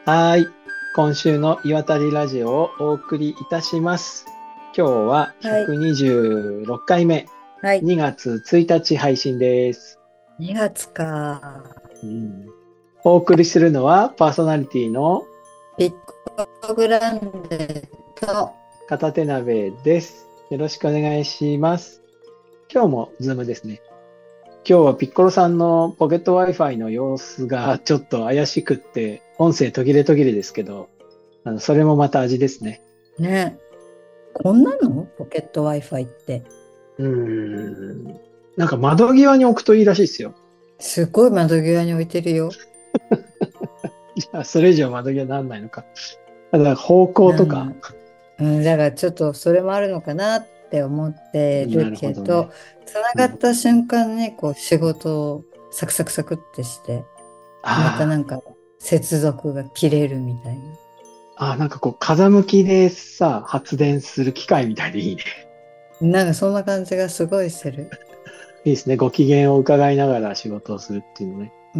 はーい。今週の岩谷ラジオをお送りいたします。今日ははい。 126回目、 はい。 2月1日配信です。 2月か。 うん、お送りするのはパーソナリティのビッググランデと、 片手鍋です。よろしくお願いします。今日もズームですね。今日はピッコロさんのポケット Wi-Fi の様子がちょっと怪しくって、音声途切れ途切れですけど、それもまた味ですね。 ね。こんなのポケット Wi-Fi って。 うーん。なんか窓際に置くといいらしいですよ。 すごい窓際に置いてるよ。 じゃあ、それ以上窓際にならないのか。だから方向とか。 うん。だからちょっとそれもあるのかなって思ってるなるほけど、 どね。 つなうん、 がった瞬間にこう仕事をサクサクサクってして、またあなんか接続が切れるみたいな。 なんかこう、風向きでさ、発電する機械みたいでいいね。 なんかそんな感じがすごいする。 いいですね。ご機嫌を伺いながら仕事をするっていうのね。 うん、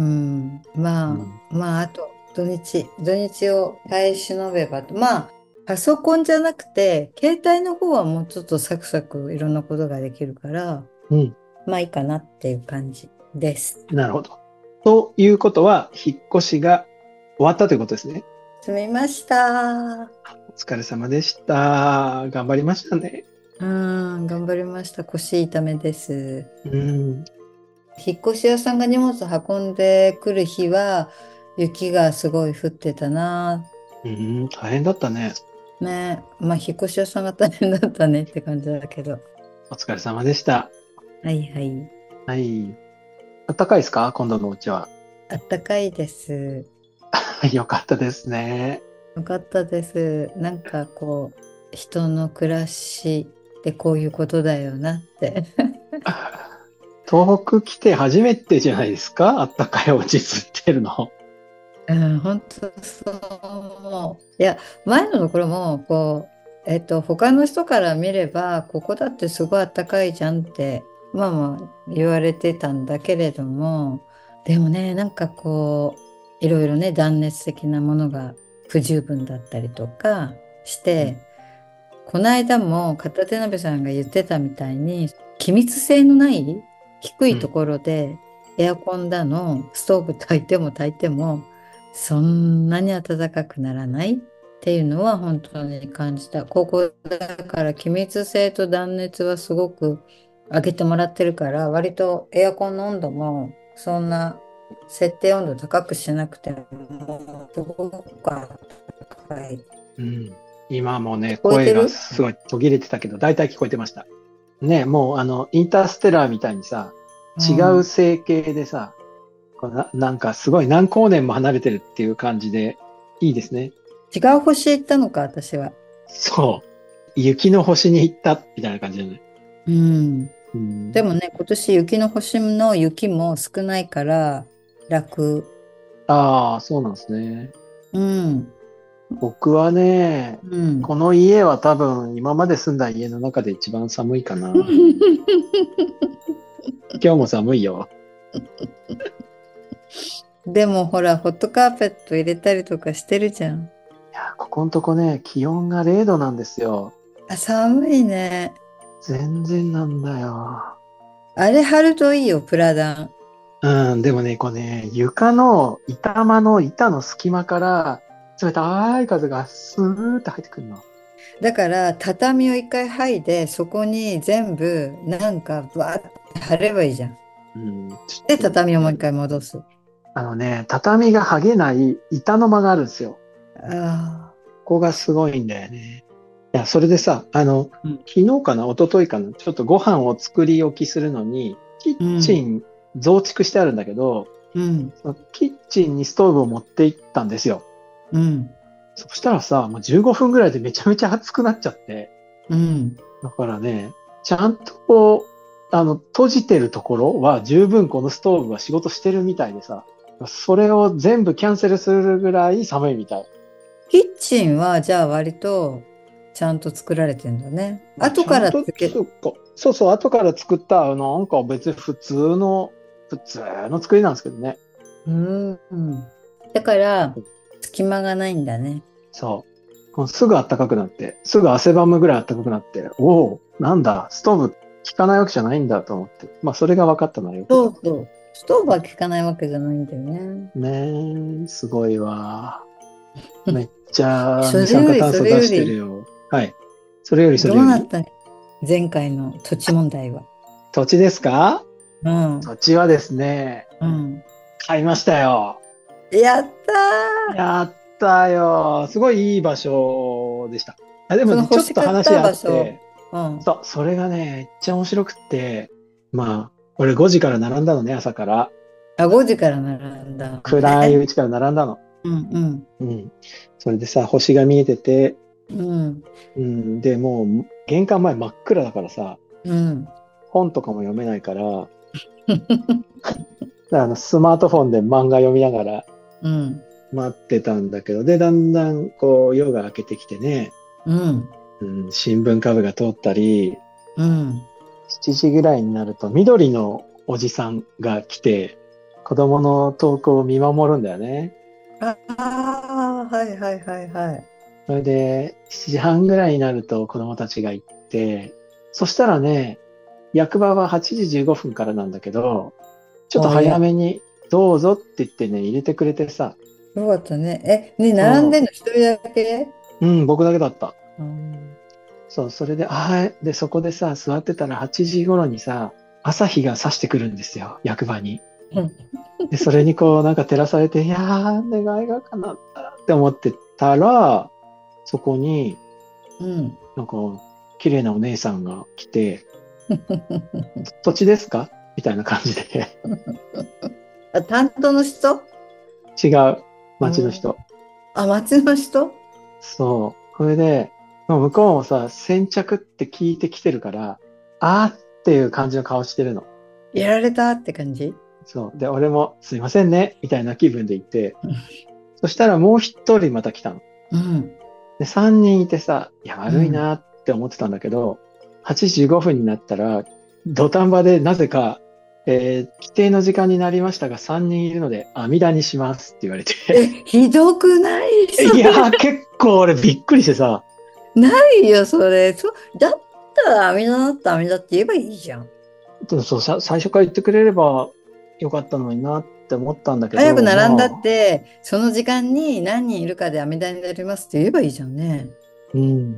まうん。 あ、あと土日を耐え忍べばと、まあ、パソコンじゃなくて、携帯の方はもうちょっとサクサクいろんなことができるから、 うん。 まあいいかなっていう感じです。 なるほど。ということは、引っ越しが終わったということですね。 済みました。 お疲れ様でした。頑張りましたね。 うん、頑張りました。腰痛めです。 うん。 引っ越し屋さんが荷物運んでくる日は、雪がすごい降ってたな。 うん。大変だったね。 ね、まあ引っ越し屋さんが大変だったねって感じだけど。 お疲れ様でした。 はいはい。 はい。あったかいですか今度のお家は？ あったかいです。 よかったですね。 よかったです。なんかこう、人の暮らしってこういうことだよなって。 東北来て初めてじゃないですかあったかいお家住ってるの。 うん、本当そう思う。いや、前のところも、こう、他の人から見れば、ここだってすごいあったかいじゃんって、まあまあ言われてたんだけれども、でもね、なんかこう、いろいろね、断熱的なものが不十分だったりとかしうん、 て、この間も片手鍋さんが言ってたみたいに、気密性のない低うん、 いところでエアコンだの、ストーブ焚いても焚いても、そんなに暖かくならないっていうのは本当に感じた。ここだから気密性と断熱はすごく上げてもらってるから、割とエアコンの温度もそんな設定温度高くしなくても、すごく暖かい。 うん。今もね、 聞こえ声がてる？ すごい途切れてたけど、だいたい聞こえてました。ね、もうインターステラーみたいにさ、違ううん。 星系でさ、なんかすごい何光年も離れてるっていう感じで、いいですね。 違う星行ったのか、私は。 そう。雪の星に行ったみたいな感じだね。 うん。 うん。 でもね、今年雪の星の雪も少ないから楽。 ああ、そうなんですね。 うん。 僕はね、 うん。 この家は多分今まで住んだ家の中で一番寒いかな。今日も寒いよ。 でもほら、ホットカーペット入れたりとかしてるじゃん。 いや、ここんとこね、気温が0度なんですよ。 あ、寒いね。 全然なんだよ。 あれ貼るといいよ、プラダン。 うん、でもね、こうね、床の板間の板の隙間から冷たい風がスーって入ってくるの。 だから、畳を一回剥いで、そこに全部、なんか、バーって貼ればいいじゃん。 うん、 で、 ちょっと、 畳をもう一回戻す。 畳が剥げない板の間があるんですよ。 ああ。 ここがすごいんだよね。いや、それでさ、 うん。 昨日かな、一昨日かな、ちょっとご飯を作り置きするのに、キッうん。 チン増築してあるんだけど、 うん。 そのキッチンにストーブを持って行ったんですよ。 うん。 そしたらさ、もう15分ぐらいでめちゃめちゃ熱くなっちゃって。 うん。 だからね、ちゃんとこう、閉じてるところは十分このストーブは仕事してるみたいでさ、それを全部キャンセルするぐらい寒いみたい。 キッチンはじゃあ割とちゃんと作られてんだね。 まあ、 後かちゃんと、 らつけ、 そうそう、後から作った、なんか別に普通の作りなんですけどね。 うん。だから、 隙間がないんだね。 そう。もうすぐ暖かくなって、すぐ汗ばむぐらい暖かくなって、おお、なんだ、ストーブ効かないわけじゃないんだと思って。まあ、それが分かったのはよかった。 そうそう。ストーブは効かないわけじゃないんだよね。 ねえ、すごいわ。めっちゃそ二酸化れより、そ炭素出してれより、 るよ。はい。それよりそどれよりうなったの前回の土地問題は。 土地ですか？ うん。 土地はですね、 うん。 買いましたよ。 やったー。 やったよ。すごいいい場所でした。あ、でもそのね、ちょっ欲しかったと話あ場所。 って、 うん。 そう、それがね、めっちゃ面白くって、まあ、俺5時から並んだのね、朝から。 あ、5時から並んだのね。 暗いうちから並んだの。 うんうん。 うん。それでさ、星が見えてて、 うん。 うん。で、もう、玄関前真っ暗だからさ、 うん。 本とかも読めないから、スマートフォンで漫画読みながらうん。 待ってたんだけど、で、だんだん、こう、夜が明けてきてね、 うん。 うん、新聞株が通ったり、 うん。 7時ぐらいになると緑のおじさんが来て、子供の登校を見守るんだよね。 ああ、はいはいはいはい。 それで、7時半ぐらいになると子供たちが行って、そしたらね、役場は8時15分からなんだけど、ちょっとあ、いや、 早めにどうぞって言ってね、入れてくれてさ、 よかったね。え、ね、並んでそんの一人だけ？ う、うん、僕だけだった。 うん。 そう、それで、で、そこでさ、座ってたら8時頃にさ、朝日が差してくるんですよ、役場に。で、それにこう、なんか照らされて、いやー、願いが叶ったって思ってたら、そこに、 うん。 なんか、綺麗なお姉さんが来て、土地ですかみたいな感じで。 あ、担当の人？ 違う、 うん。 町の人。 あ、町の人？ そう。それで、もう向こうもさ、先着って聞いてきてるから、あーっていう感じの顔してるの。 やられたって感じ？ そう。で、俺もすいませんね、みたいな気分で言って、そしたらもう一人また来たの。 うん。 で、三人いてさ、いや、悪いうん。 なって思ってたんだけど、8時15分になったら、土壇場でなぜか、規定の時間になりましたが、3人いるので、阿弥陀にしますって言われて。 え、ひどくないそいやー、 れ？ 結構俺びっくりしてさ、 ないよ、それ。だったら、網田だったら網田って言えばいいじゃん。 そう、最初から言ってくれればよかったのになって思ったんだけ早くど、 並んだっまあ、 て、その時間に何人いるかで網田になりますって言えばいいじゃんね。 うん、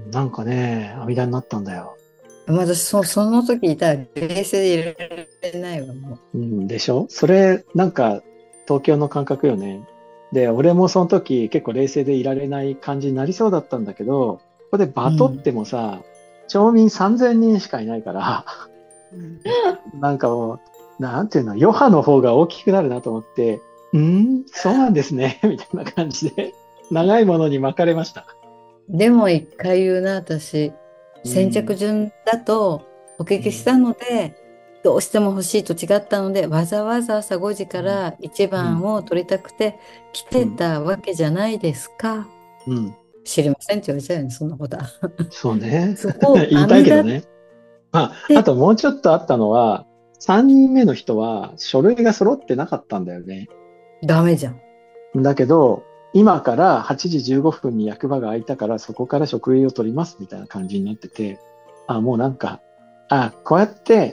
なんかね、阿弥陀になったんだよ。 まあ私、その時いたら冷静でいられないわ、もうん、でしょそれ、なんか、東京の感覚よね。で、俺もその時結構冷静でいられない感じになりそうだったんだけど、ここでう。 バトってもさ、町民3000人しかいないから、 うん。 なんかもう、なんていうの、余波の方が大きくなるなと思って、そうなんですね、みたいな感じで、長いものに巻かれました。 でも一回言うな、私。先着うん、 順だとお聞うん、 きしたので、どうしても欲しいと違ったので、わざわざ朝5時から一うん、 番を取りたくて来てうん、 たわけじゃないですか。 うん。 知りませんって言われちゃうよね、そんなことは。 そうね。 そこを言い阿弥陀ったいけどね。まあ、あてともうちょっとあったのは、3人目の人は書類が揃ってなかったんだよね。 ダメじゃん。 だけど、今から8時15分に役場が開いたから、そこから書類を取りますみたいな感じになってて、もうなんか、こうやって、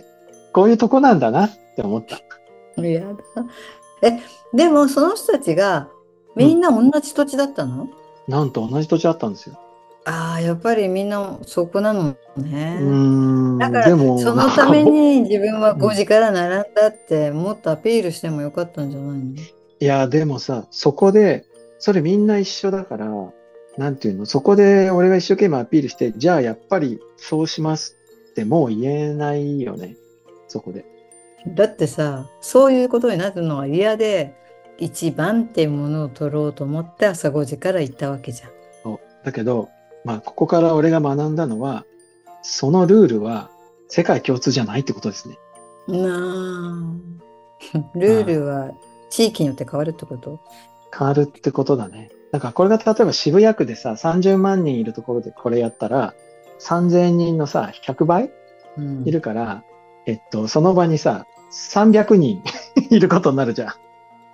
こういうとこなんだなって思った。 やだ。え、でもその人たちがうん。 みんな同じ土地だったの？ なんと同じ土地あったんですよ。 ああ、やっぱりみんなそこなのね。だかでら、 も、なそのたんかめに自分は5 うん。 時から並んだってもっとアピールしてもよかったんじゃないの？ いや、でもさ、そこで、それみんな一緒だから、なんていうの、そこで俺が一生懸命アピールして、じゃあやっぱりそうしますってもう言えないよね。そこで。 だってさ、そういうことになるのは嫌で、一番っていうものを取ろうと思って朝5時から行ったわけじゃん。 そうだけど、まあ、ここから俺が学んだのは、そのルールは世界共通じゃないってことですね。 なあ、ルーうん。 ルは地域によって変わるってこと？ 変わるってことだね。なんかこれが例えば渋谷区でさ、30万人いるところでこれやったら、3000人のさ、100倍いうん。 るから、その場にさ、300人いることになるじゃん。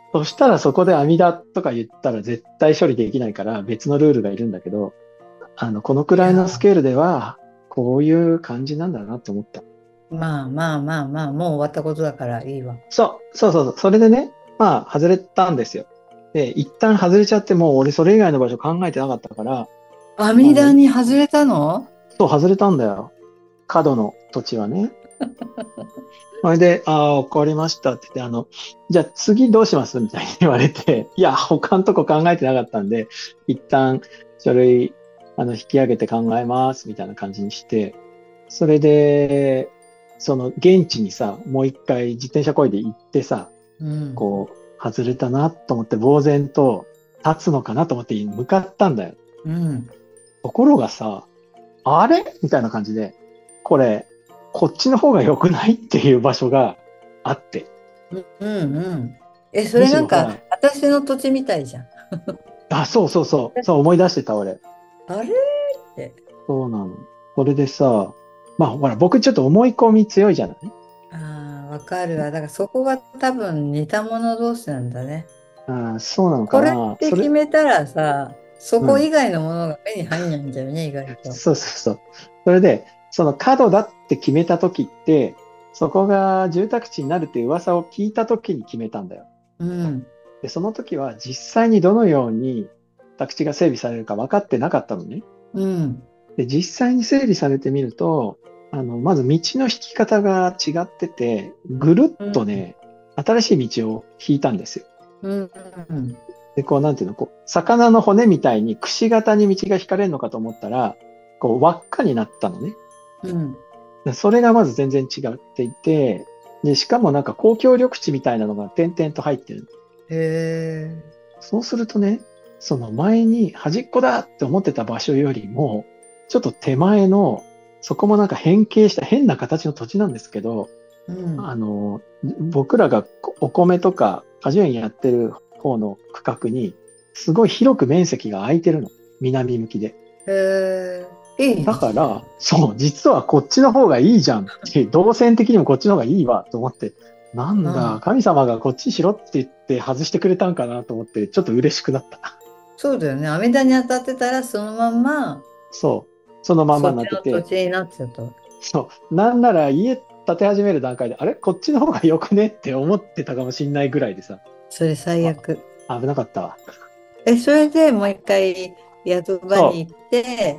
そしたらそこで阿弥陀とか言ったら絶対処理できないから別のルールがいるんだけど、このくらいのスいやケールでは、こういう感じなんだなと思った。 まあまあまあまあ、もう終わったことだからいいわ。 そう。それでね、まあ、外れたんですよ。で、一旦外れちゃって、もう俺それ以外の場所考えてなかったから、 阿弥陀に外れたの？ そう、外れたんだよ。角の土地はね。それで、ああ、わかりましたって言って、じゃあ次どうしますみたいに言われて、いや、他のとこ考えてなかったんで、一旦書類、引き上げて考えます、みたいな感じにして、それで、その現地にさ、もう一回自転車漕いで行ってさ、 うん。 こう、外れたなと思って呆然と立つのかなと思って向かったんだよ。 うん。 ところがさ、あれみたいな感じで、これ、こっちの方が良くないっていう場所があって。 うんうん。そむれなんか、 しろほら、 私の土地みたいじゃん。 そう思い出してた俺。 あれって。 そうなの。それでさ、まあほら、僕ちょっと思い込み強いじゃない。 ああ、わかるわ。だからそこが多分似た者同士なんだね。 ああ、そうなのかこれっな。 て決めたらさ、そこうん。 以外のものが目に入んないんだよね、意外と。 そう。それで、その角だって決めた時って、そこが住宅地になるっていう噂を聞いた時に決めたんだよ。 うん。 で、その時は実際にどのように宅地が整備されるか分かってなかったのね。 うん。 で、実際に整理されてみると、まず道の引き方が違ってて、ぐるうん。 っとね、新しい道を引いたんですよ。 うん。うん。 で、こう、なんていうの、こう、魚の骨みたいにくし形に道が引かれるのかと思ったら、こう、輪っかになったのね。 うん。 でそれがまず全然違っていて、で、しかもなんか公共緑地みたいなのが点々と入ってる。 へえ。 そうするとね、その前に端っこだって思ってた場所よりも、ちょっと手前の、そこもなんか変形した変な形の土地なんですけど、 うん。 僕らがお米とか果樹園やってる方の区画に、すごい広く面積が空いてるの。南向きで。 へえ。いいだかじゃん。 ら、そう、実はこっちの方がいいじゃんって、動線的にもこっちの方がいいわと思って、なんだ、 うん。 神様がこっちにしろって言って外してくれたんかなと思って、ちょっと嬉しくなった。 そうだよね。阿弥陀に当たってたら、そのまんま、 そう。そのまんまにそっちの土なってて、 地になっちゃった。 そう。なんなら家建て始める段階で、あれこっちの方が良くねって思ってたかもしんないぐらいでさ、 それ最あ、 悪。 危なかったわ。 それでもう一回宿場にそ行って、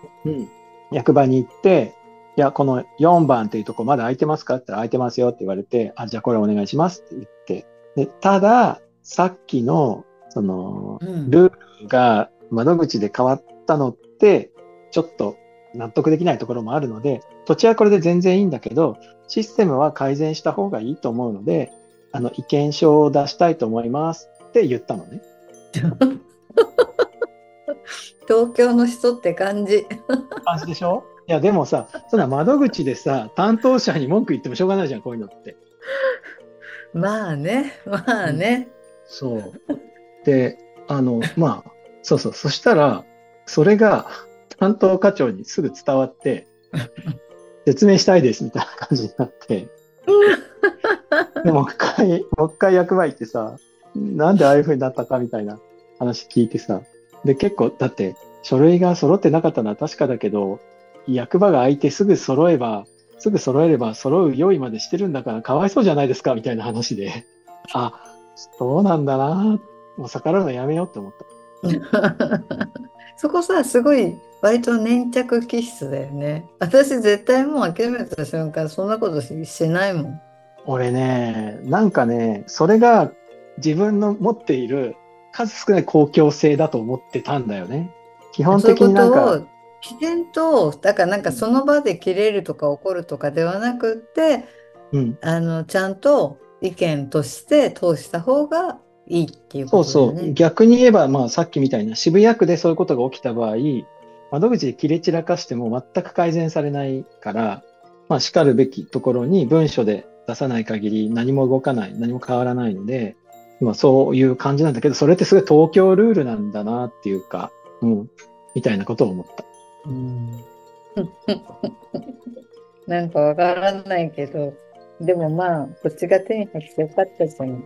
う。うん。役場に行って、いや、この4番っていうとこまだ空いてますかって言ったら空いてますよって言われて、あ、じゃあこれお願いしますって言って。で、ただ、さっきの、 うん。 ルールが窓口で変わったのって、ちょっと納得できないところもあるので、土地はこれで全然いいんだけど、システムは改善した方がいいと思うので、意見書を出したいと思いますって言ったのね。 東京の人って感じ。 感じでしょ。いや、でもさ、そんな窓口でさ、担当者に文句言ってもしょうがないじゃん、こういうのって。 まあね、まうん。 あね。 そう。で、まあ、そう。そしたら、それが担当課長にすぐ伝わって、説明したいですみたいな感じになって、で、もう一回役場行ってさ、なんでああいう風になったかみたいな話聞いてさ、で、結構、だって、書類が揃ってなかったのは確かだけど、役場が空いてすぐ揃えれば揃う用意までしてるんだからかわいそうじゃないですかみたいな話で、あ、そうなんだな、もう逆らうのやめようって思った。 そこさ、すごい割と粘着気質だよね。私絶対もう諦めた瞬間、そんなことしないもん。 俺ね、なんかね、それが自分の持っている数少ない公共性だと思ってたんだよね。基本的そういうこになんか、 とを自然と、だからなんかそうん、 の場で切れるとか怒るとかではなくって、 うん、 ちゃんと意見として通した方がいいっていうこそうそう。 とだよね。 逆に言えば、まあさっきみたいな渋谷区でそういうことが起きた場合、窓口で切れ散らかしても全く改善されないから、まあ叱るべきところに文書で出さない限り何も動かない、何も変わらないので、まあそういう感じなんだけど、それってすごい東京ルールなんだなっていうか、うん、みたいなことを思った。 うん。なんかわからないけど、でもまあ、こっちが手に入ってよかったじゃん。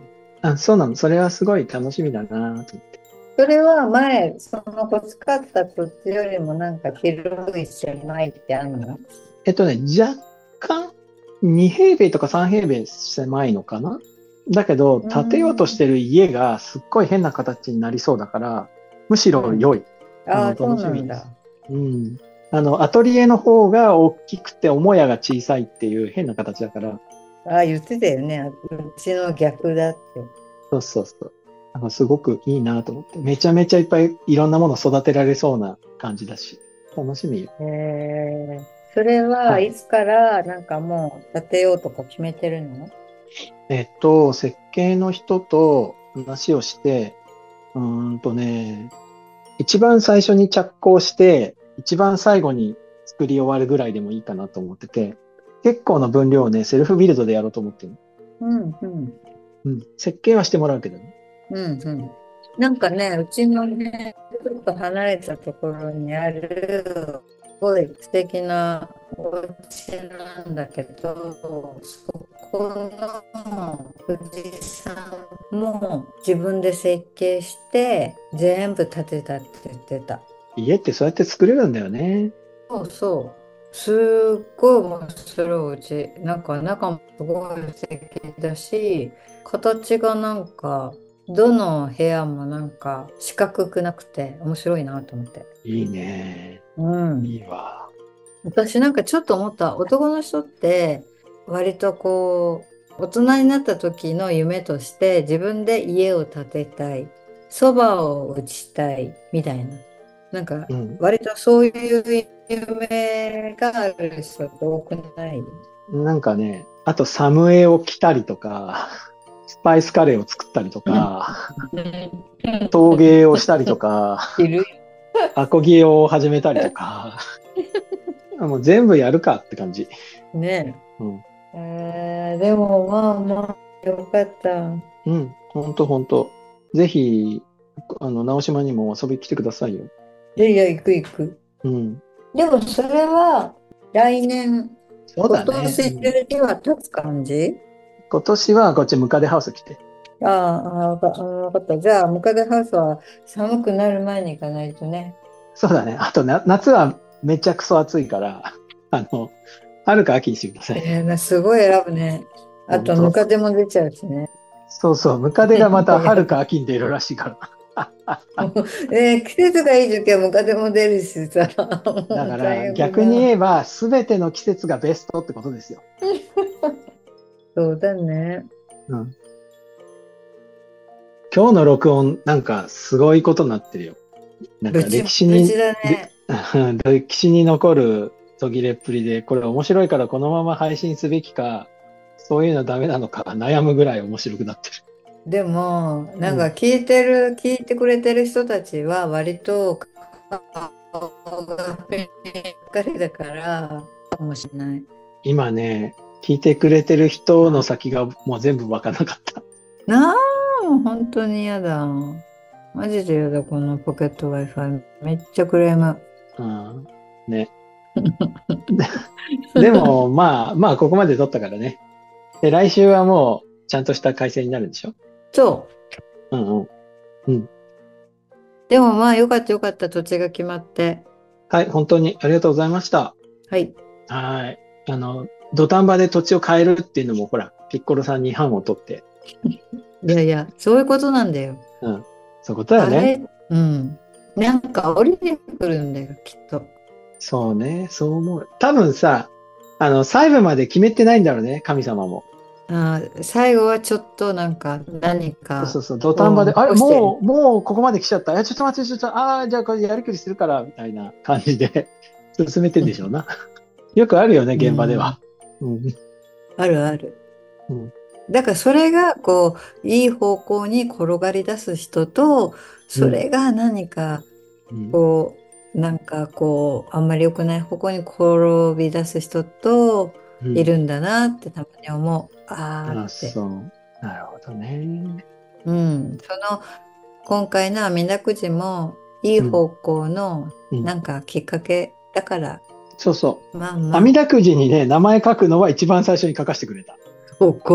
あ、そうなの。それはすごい楽しみだなと思って。 それは前、その欲しかった土地よりもなんか広い狭いってあるの？ 若干2平米とか3平米狭いのかな。だけど、 うー建てようとしん。 てる家がすっごい変な形になりそうだから、むしうん。 ろ良い。 ああ、そう楽しなんだ。 みです。うん。アトリエの方が大きくて、母屋が小さいっていう変な形だから、 ああ、言ってたよね。うちの逆だって。 そうそうそう。すごくいいなと思って。めちゃめちゃいっぱいいろんなもの育てられそうな感じだし、楽しみよ。 へえ。それははい。 いつからなんかもう建てようとか決めてるの？ 設計の人と話をして、ね、一番最初に着工して、一番最後に作り終わるぐらいでもいいかなと思ってて、結構な分量をね、セルフビルドでやろうと思ってる。 うんうん。 うん。設計はしてもらうけどね。 うんうん。なんかね、うちのね、ちょっと離れたところにある、すごい素敵なお家なんだけど、そこの富士山も自分で設計して全部建てたって言ってた。 家ってそうやって作れるんだよね。 そうそう。すっごい面白いお家。なんか中もすごい素敵だし、形がなんか、どの部屋もなんか四角くなくて面白いなと思って。 いいね。 うん。 いいわ。 私なんかちょっと思った。男の人って割とこう、大人になった時の夢として自分で家を建てたい。そばを打ちたいみたいな。なんかうん。 割とそういう夢がある人って多くない？ なんかね、あとサムエを着たりとか、スパイスカレーを作ったりとか、陶芸をしたりとか、 いる。 アコギを始めたりとか、もう全部やるかって感じ。 ねうん。 え。でもまあまあ、よかった。 うん。ほんとほんと。ぜひ、直島にも遊びに来てくださいよ。 いやいや、行く行く。 うん。 でもそれは来年、 そう今だね。う年ん。 中には経つ感じ？ 今年はこっちムカデハウス来て。 わかった。じゃあ、ムカデハウスは寒くなる前に行かないとね。 そうだね。あと夏はめちゃくそ暑いから、あの、春か秋にしてください。 すごい選ぶね。あと、ムほんと。 カデも出ちゃうしね。 そうそう。ムカデがまたやだ。 春か秋に出るらしいから。 季節がいい時はムカデも出るしさ、もうだから最悪逆にだ。 言えば全ての季節がベストってことですよ。 そうだね。 うん。今日の録音なんかすごいことになってるよ。なんかブチブチだね。 歴史に残る途切れっぷりで、これ面白いからこのまま配信すべきか、そういうのダメなのか悩むぐらい面白くなってる。 でも、なんかうん。 聞いてくれてる人たちは割と顔がしっかりだから、かもしれない。 今ね、聞いてくれてる人の先がもう全部わからなかった。 なあ、もう本当に嫌だ。マジで嫌だ、このポケット Wi-Fi。めっちゃクレーム。 うん。ね。でも、まあ、まあ、ここまで撮ったからね。で、来週はもう、ちゃんとした回線になるんでしょ？ そう。 うんうん。うん。 でもまあ、よかったよかった、土地が決まって。 はい、本当にありがとうございました。 はい。 はい。土壇場で土地を変えるっていうのも、ほら、ピッコロさんに版を取って、 いやいや、そういうことなんだよ。 うん。そういうことだよね。 あれ、うん。なんか降りてくるんだよ、きっと。 そうね、そう思う。多分さ、細部まで決めてないんだろうね、神様も。 最後はちょっとなんか何かそうそうそう、土壇場で、 をあれ、 残してる。 もうここまで来ちゃった。ちょっと待って、ちょっと、じゃあこれやりくりするから、みたいな感じで進めてんでしょうな。よくあるよね、 うん。 現場では。うん。 あるある。 うん。 だからそれがこう、いい方向に転がり出す人と、 うん。 それが何かうん。 こなんかこう、あんまり良くない方向に転び出す人とうん。 いるんだなってたまに思う。あーあ、 って。 そう。なるほどね。 うん。今回の阿弥陀くじも、いいうん。 方向のうん。 なんかきっかけだから、 そうそう。 まあまあ、 阿弥陀くじにね、名前書くのは一番最初に書かせてくれた。 方向。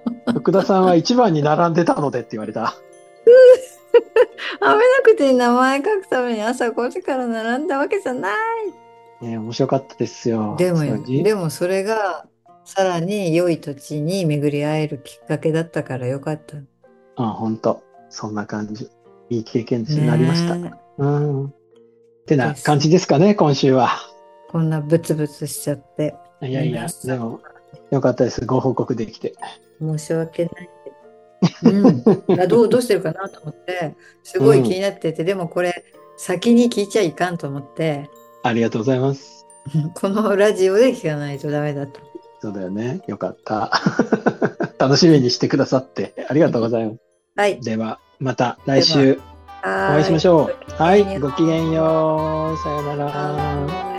福田さんは一番に並んでたのでって言われた。 雨の口に名前書くために朝5時から並んだわけじゃない。 ね、面白かったですよ。 でも、 そうでもそれがさらに良い土地に巡り会えるきっかけだったからよかった。 本当そんな感じ。いい経験になりました。 ねうん。ってえ。 な感じですかね、今週は。 こんなブツブツしちゃって。 いやいや、でも、よかったです。ご報告できて。 申し訳ない。うん。どうしてるかなと思って、すごい気うん。 になってて、でもこれ、先に聞いちゃいかんと思って、 ありがとうございます。 このラジオで聞かないとダメだと。 そうだよね。よかった。楽しみにしてくださってありがとうございます。 はい。 では、また来では、 週お会いしましょう。はい。 ごきげんよう。 ごきげんよう。さようなはら。 ーい。